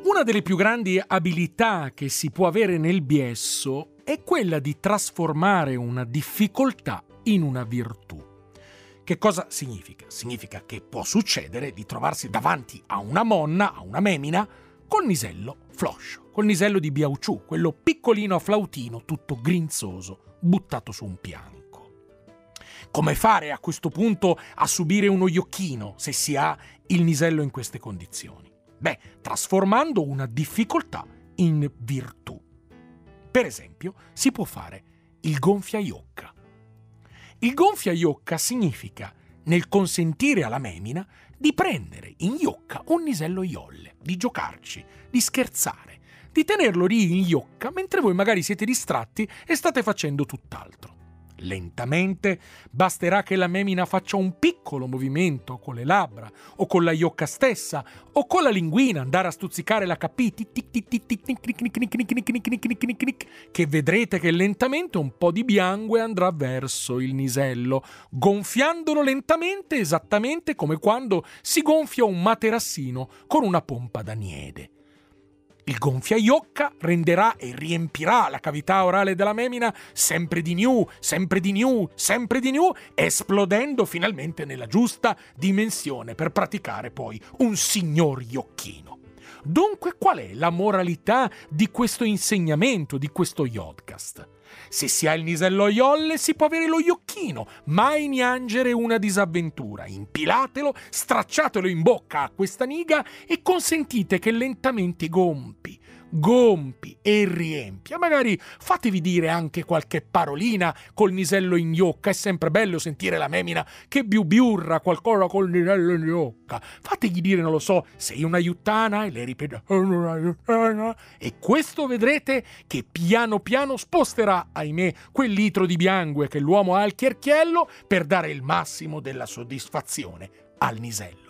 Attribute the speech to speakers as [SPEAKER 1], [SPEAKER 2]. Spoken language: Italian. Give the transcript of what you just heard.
[SPEAKER 1] Una delle più grandi abilità che si può avere nel biesso è quella di trasformare una difficoltà in una virtù. Che cosa significa? Significa che può succedere di trovarsi davanti a una monna, a una memina, col nisello floscio, col nisello di Biauciù, quello piccolino a flautino, tutto grinzoso, buttato su un pianco. Come fare a questo punto a subire uno iocchino se si ha il nisello in queste condizioni? Beh, trasformando una difficoltà in virtù. Per esempio, si può fare il gonfia-iocca. Il gonfia-iocca significa nel consentire alla memina di prendere in iocca un nisello iolle, di giocarci, di scherzare, di tenerlo lì in iocca mentre voi magari siete distratti e state facendo tutt'altro. Lentamente basterà che la memina faccia un piccolo movimento con le labbra o con la iocca stessa o con la linguina, andare a stuzzicare la capì, che vedrete che lentamente un po' di biangue andrà verso il nisello, gonfiandolo lentamente esattamente come quando si gonfia un materassino con una pompa da niede. Il gonfia-iocca renderà e riempirà la cavità orale della memina sempre di new, sempre di new, sempre di new, esplodendo finalmente nella giusta dimensione per praticare poi un signor iocchino. Dunque, qual è la moralità di questo insegnamento, di questo podcast? Se si ha il nisello iolle si può avere lo iocchino, mai niangere una disavventura. Impilatelo, stracciatelo in bocca a questa niga e consentite che lentamente gompi e riempia. Magari fatevi dire anche qualche parolina col nisello in iocca. È sempre bello sentire la memina che biurra qualcosa col nisello in iocca. Fategli dire, non lo so, sei una iuttana, e lei ripete una iuttana, e questo vedrete che piano piano sposterà, ahimè, quel litro di biangue che l'uomo ha al chierchiello per dare il massimo della soddisfazione al nisello.